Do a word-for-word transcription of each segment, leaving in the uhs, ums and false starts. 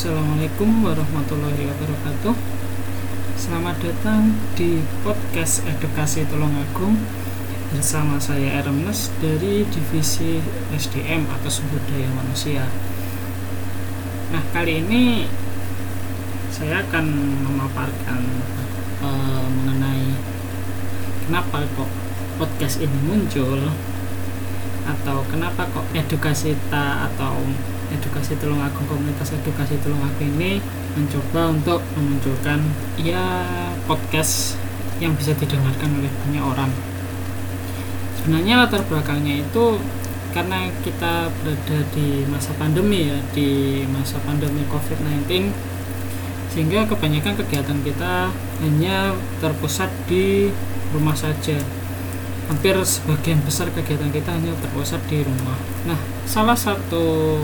Assalamualaikum warahmatullahi wabarakatuh. Selamat datang di podcast Edukasi Tulungagung bersama saya Ernest dari Divisi S D M atau Sumber Daya Manusia. Nah, kali ini saya akan memaparkan uh, mengenai kenapa kok podcast ini muncul, atau kenapa kok edukasi ta atau edukasi Tulungagung, komunitas edukasi Tulungagung ini mencoba untuk memunculkan ya podcast yang bisa didengarkan oleh banyak orang. Sebenarnya latar belakangnya itu karena kita berada di masa pandemi ya, di masa pandemi covid sembilan belas, sehingga kebanyakan kegiatan kita hanya terpusat di rumah saja. Hampir sebagian besar kegiatan kita hanya terpusat di rumah. Nah, salah satu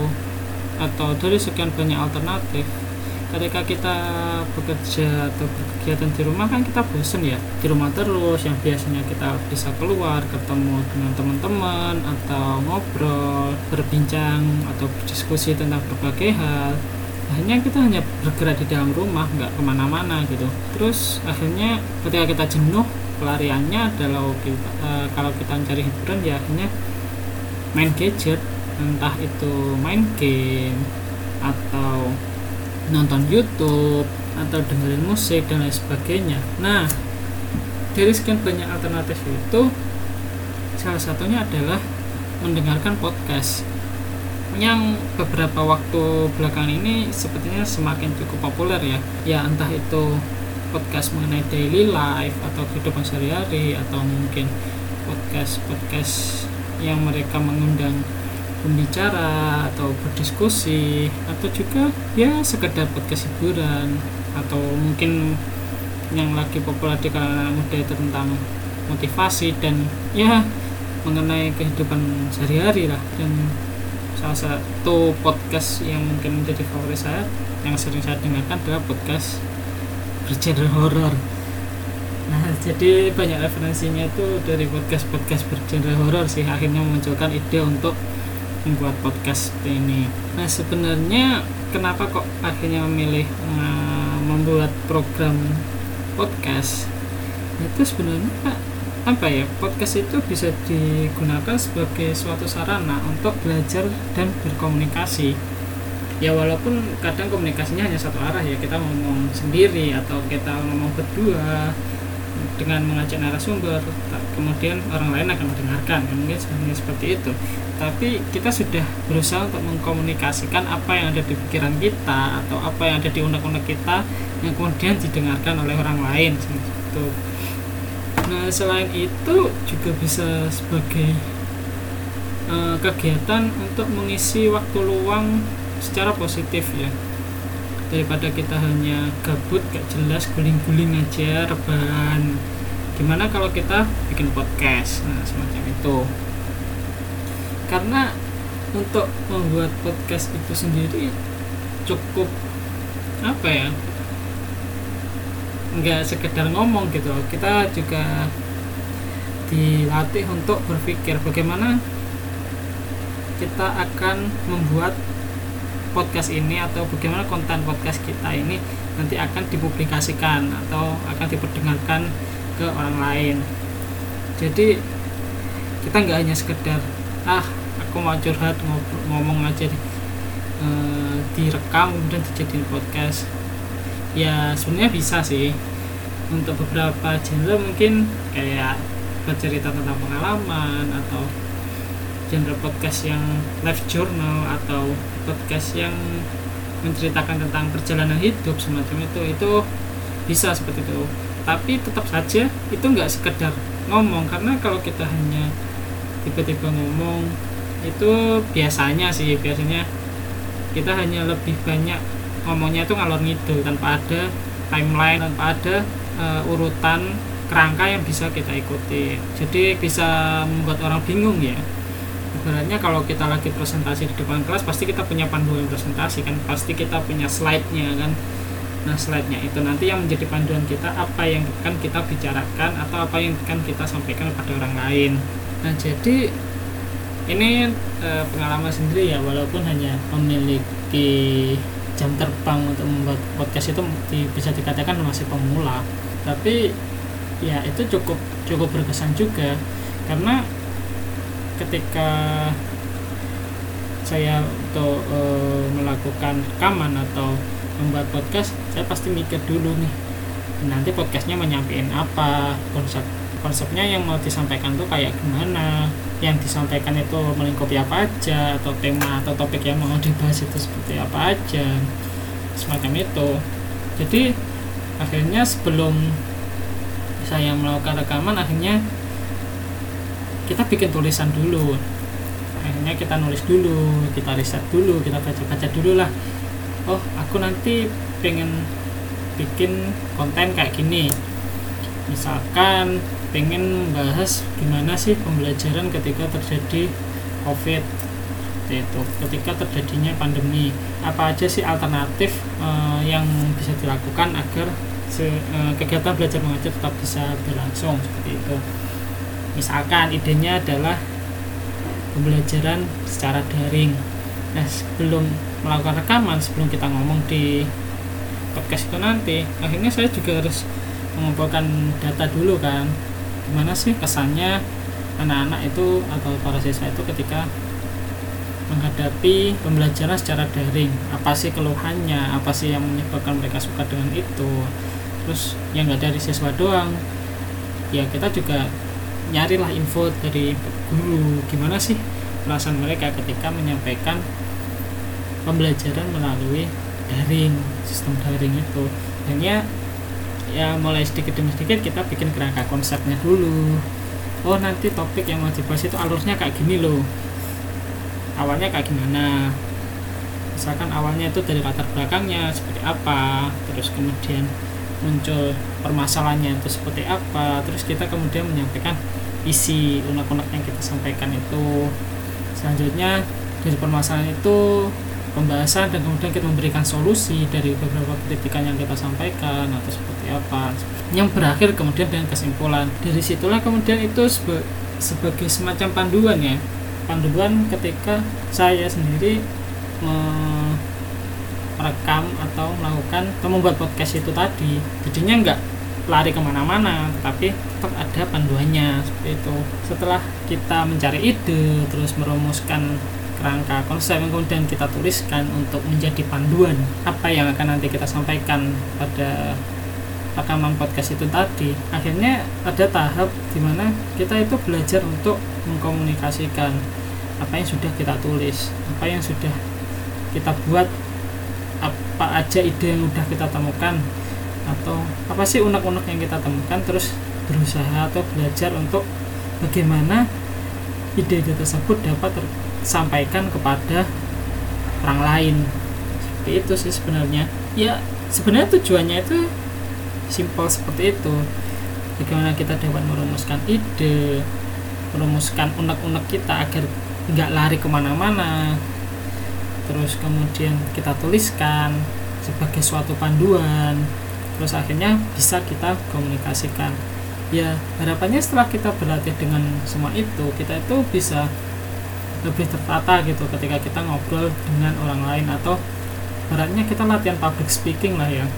atau dari sekian banyak alternatif, ketika kita bekerja atau berkegiatan di rumah kan kita bosan ya di rumah terus, yang biasanya kita bisa keluar ketemu dengan teman-teman atau ngobrol, berbincang atau berdiskusi tentang berbagai hal. Akhirnya kita hanya bergerak di dalam rumah, nggak kemana-mana gitu. Terus akhirnya ketika kita jenuh, pelariannya adalah kita, uh, kalau kita mencari hiburan ya akhirnya main gadget, entah itu main game atau nonton YouTube atau dengerin musik dan lain sebagainya. Nah, dari sekian banyak alternatif itu, salah satunya adalah mendengarkan podcast yang beberapa waktu belakangan ini sepertinya semakin cukup populer ya. Ya entah itu podcast mengenai daily life atau kehidupan sehari-hari, atau mungkin podcast-podcast yang mereka mengundang pembicara atau berdiskusi, atau juga ya sekedar podcast hiburan, atau mungkin yang lagi populer di kalangan muda itu tentang motivasi dan ya mengenai kehidupan sehari-hari lah. Dan salah satu podcast yang mungkin menjadi favorit saya yang sering saya dengarkan adalah podcast bergenre horor. Nah, jadi banyak referensinya itu dari podcast-podcast bergenre horor sih akhirnya memunculkan ide untuk membuat podcast ini. Nah, sebenarnya kenapa kok akhirnya memilih uh, membuat program podcast? Itu sebenarnya apa ya? Podcast itu bisa digunakan sebagai suatu sarana untuk belajar dan berkomunikasi. Ya walaupun kadang komunikasinya hanya satu arah ya, kita ngomong sendiri atau kita ngomong berdua dengan mengajak narasumber, kemudian orang lain akan mendengarkan, mungkin sebenarnya seperti itu. Tapi kita sudah berusaha untuk mengkomunikasikan apa yang ada di pikiran kita atau apa yang ada di unek-unek kita yang kemudian didengarkan oleh orang lain gitu. Nah, selain itu juga bisa sebagai uh, kegiatan untuk mengisi waktu luang secara positif ya, daripada kita hanya gabut gak jelas guling-guling aja rebahan. Gimana kalau kita bikin podcast, nah semacam itu. Karena untuk membuat podcast itu sendiri cukup apa ya, nggak sekedar ngomong gitu, kita juga dilatih untuk berpikir bagaimana kita akan membuat podcast ini atau bagaimana konten podcast kita ini nanti akan dipublikasikan atau akan diperdengarkan ke orang lain. Jadi kita nggak hanya sekedar ah aku mau curhat ngomong aja e, direkam kemudian dijadiin podcast. Ya sebenarnya bisa sih untuk beberapa genre, mungkin kayak bercerita tentang pengalaman atau genre podcast yang live journal atau podcast yang menceritakan tentang perjalanan hidup semacam itu, itu bisa seperti itu. Tapi tetap saja itu nggak sekedar ngomong, karena kalau kita hanya tiba-tiba ngomong itu biasanya sih biasanya kita hanya lebih banyak ngomongnya itu ngalor ngidul tanpa ada timeline, tanpa ada uh, urutan kerangka yang bisa kita ikuti. Jadi bisa membuat orang bingung ya. Ibaratnya kalau kita lagi presentasi di depan kelas, pasti kita punya panduan presentasi kan, pasti kita punya slide-nya kan. Nah, slide-nya itu nanti yang menjadi panduan kita, apa yang akan kita bicarakan atau apa yang akan kita sampaikan kepada orang lain. Nah, jadi ini e, pengalaman sendiri ya, walaupun hanya memiliki jam terbang untuk membuat podcast itu di, bisa dikatakan masih pemula, tapi ya itu cukup cukup berkesan juga, karena ketika saya untuk e, melakukan rekaman atau membuat podcast, saya pasti mikir dulu nih, nanti podcastnya menyampaikan apa, konsep konsepnya yang mau disampaikan tuh kayak gimana, yang disampaikan itu melingkupi apa aja, atau tema atau topik yang mau dibahas itu seperti apa aja, semacam itu. Jadi akhirnya sebelum saya melakukan rekaman, akhirnya kita bikin tulisan dulu, akhirnya kita nulis dulu, kita riset dulu, kita baca-baca dulu lah, oh aku nanti pengen bikin konten kayak gini, misalkan pengen bahas gimana sih pembelajaran ketika terjadi COVID itu, ketika terjadinya pandemi, apa aja sih alternatif uh, yang bisa dilakukan agar se, uh, kegiatan belajar mengajar tetap bisa berlangsung seperti itu. Misalkan idenya adalah pembelajaran secara daring. Nah, sebelum melakukan rekaman, sebelum kita ngomong di podcast itu nanti, akhirnya saya juga harus mengumpulkan data dulu kan, gimana sih kesannya anak-anak itu atau para siswa itu ketika menghadapi pembelajaran secara daring, apa sih keluhannya, apa sih yang menyebabkan mereka suka dengan itu. Terus yang nggak dari siswa doang, ya kita juga nyarilah info dari guru, gimana sih perasaan mereka ketika menyampaikan pembelajaran melalui daring, sistem daring itu. Dan ya ya mulai sedikit demi sedikit kita bikin kerangka konsepnya dulu. Oh, nanti topik yang mau dibahas itu alurnya kayak gini loh, awalnya kayak gimana, misalkan awalnya itu dari latar belakangnya seperti apa, terus kemudian muncul permasalahannya itu seperti apa, terus kita kemudian menyampaikan isi unek-unek yang kita sampaikan itu. Selanjutnya dari permasalahan itu pembahasan, dan kemudian kita memberikan solusi dari beberapa kritikan yang kita sampaikan atau seperti apa, yang berakhir kemudian dengan kesimpulan. Dari situlah kemudian itu seba- sebagai semacam panduan ya, panduan ketika saya sendiri merekam atau melakukan atau membuat podcast itu tadi. Jadinya enggak lari kemana-mana, tetapi tetap ada panduannya seperti itu. Setelah kita mencari ide, terus merumuskan kerangka konsep yang kemudian kita tuliskan untuk menjadi panduan apa yang akan nanti kita sampaikan pada rekaman podcast itu tadi, akhirnya ada tahap dimana kita itu belajar untuk mengkomunikasikan apa yang sudah kita tulis, apa yang sudah kita buat, apa aja ide yang sudah kita temukan, atau apa sih unek-unek yang kita temukan, terus berusaha atau belajar untuk bagaimana ide-ide tersebut dapat tersampaikan kepada orang lain. Seperti itu sih sebenarnya. Ya sebenarnya tujuannya itu simpel seperti itu. Bagaimana kita dapat merumuskan ide, merumuskan unek-unek kita agar nggak lari kemana-mana, terus kemudian kita tuliskan sebagai suatu panduan, terus akhirnya bisa kita komunikasikan. Ya harapannya setelah kita berlatih dengan semua itu, kita itu bisa lebih tertata gitu ketika kita ngobrol dengan orang lain, atau baratnya kita latihan public speaking lah ya,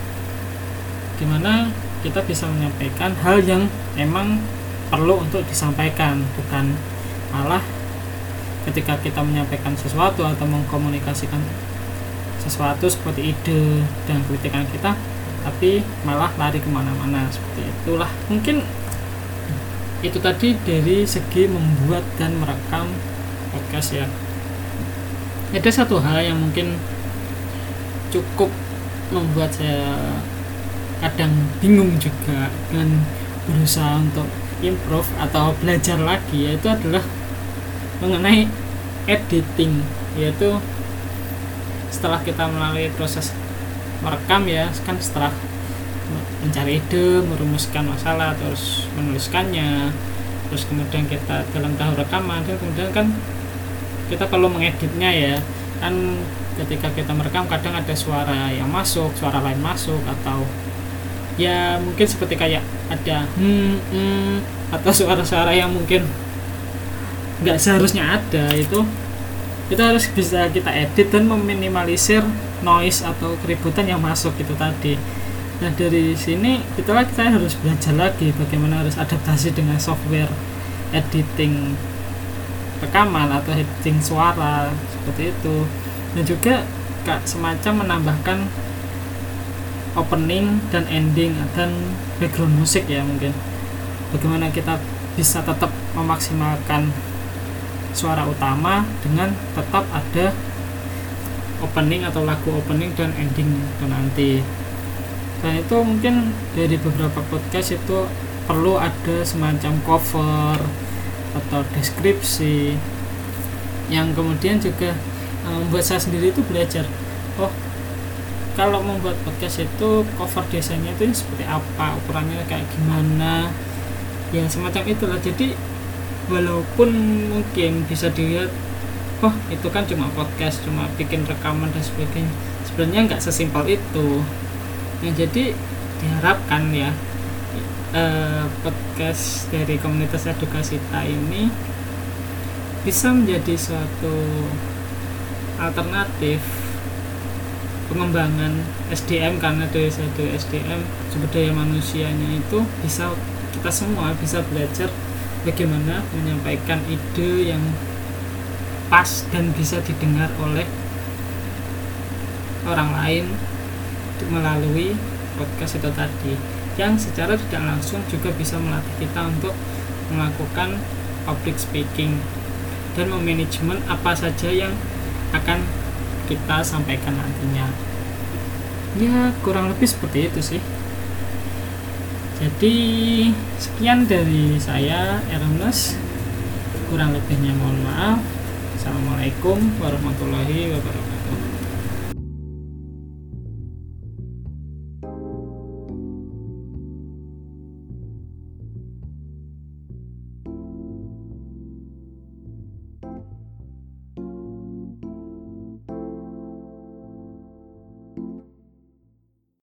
gimana kita bisa menyampaikan hal yang emang perlu untuk disampaikan, bukan malah ketika kita menyampaikan sesuatu atau mengkomunikasikan sesuatu seperti ide dan kritikan kita, tapi malah lari kemana-mana. Seperti itulah mungkin itu tadi dari segi membuat dan merekam podcast ya. Ada satu hal yang mungkin cukup membuat saya kadang bingung juga dengan berusaha untuk improve atau belajar lagi, yaitu adalah mengenai editing. Yaitu setelah kita melalui proses merekam ya, kan setelah mencari ide, merumuskan masalah, terus menuliskannya, terus kemudian kita dalam tahap rekaman, dan kemudian kan kita perlu mengeditnya ya kan. Ketika kita merekam kadang ada suara yang masuk, suara lain masuk, atau ya mungkin seperti kayak ada hmm, hmm atau suara-suara yang mungkin nggak seharusnya ada. Itu itu harus bisa kita edit dan meminimalisir noise atau keributan yang masuk itu tadi. Nah dari sini kita kita harus belajar lagi bagaimana harus adaptasi dengan software editing rekaman atau editing suara seperti itu, dan juga kak semacam menambahkan opening dan ending dan background musik ya, mungkin bagaimana kita bisa tetap memaksimalkan suara utama dengan tetap ada opening atau lagu opening dan ending itu nanti. Dan itu mungkin dari beberapa podcast itu perlu ada semacam cover atau deskripsi yang kemudian juga um, membuat saya sendiri itu belajar, oh kalau membuat podcast itu cover desainnya itu seperti apa, ukurannya kayak gimana ya, semacam itulah. Jadi walaupun mungkin bisa dilihat oh itu kan cuma podcast, cuma bikin rekaman dan sebagainya, sebenarnya nggak sesimpel itu. Nah jadi diharapkan ya eh, podcast dari komunitas edukasita ini bisa menjadi suatu alternatif pengembangan S D M, karena dari satu S D M sumber daya manusianya itu bisa kita semua bisa belajar bagaimana menyampaikan ide yang pas dan bisa didengar oleh orang lain melalui podcast itu tadi, yang secara tidak langsung juga bisa melatih kita untuk melakukan public speaking dan memanajemen apa saja yang akan kita sampaikan nantinya. Ya kurang lebih seperti itu sih. Jadi sekian dari saya Ernest, kurang lebihnya mohon maaf. Assalamualaikum warahmatullahi wabarakatuh.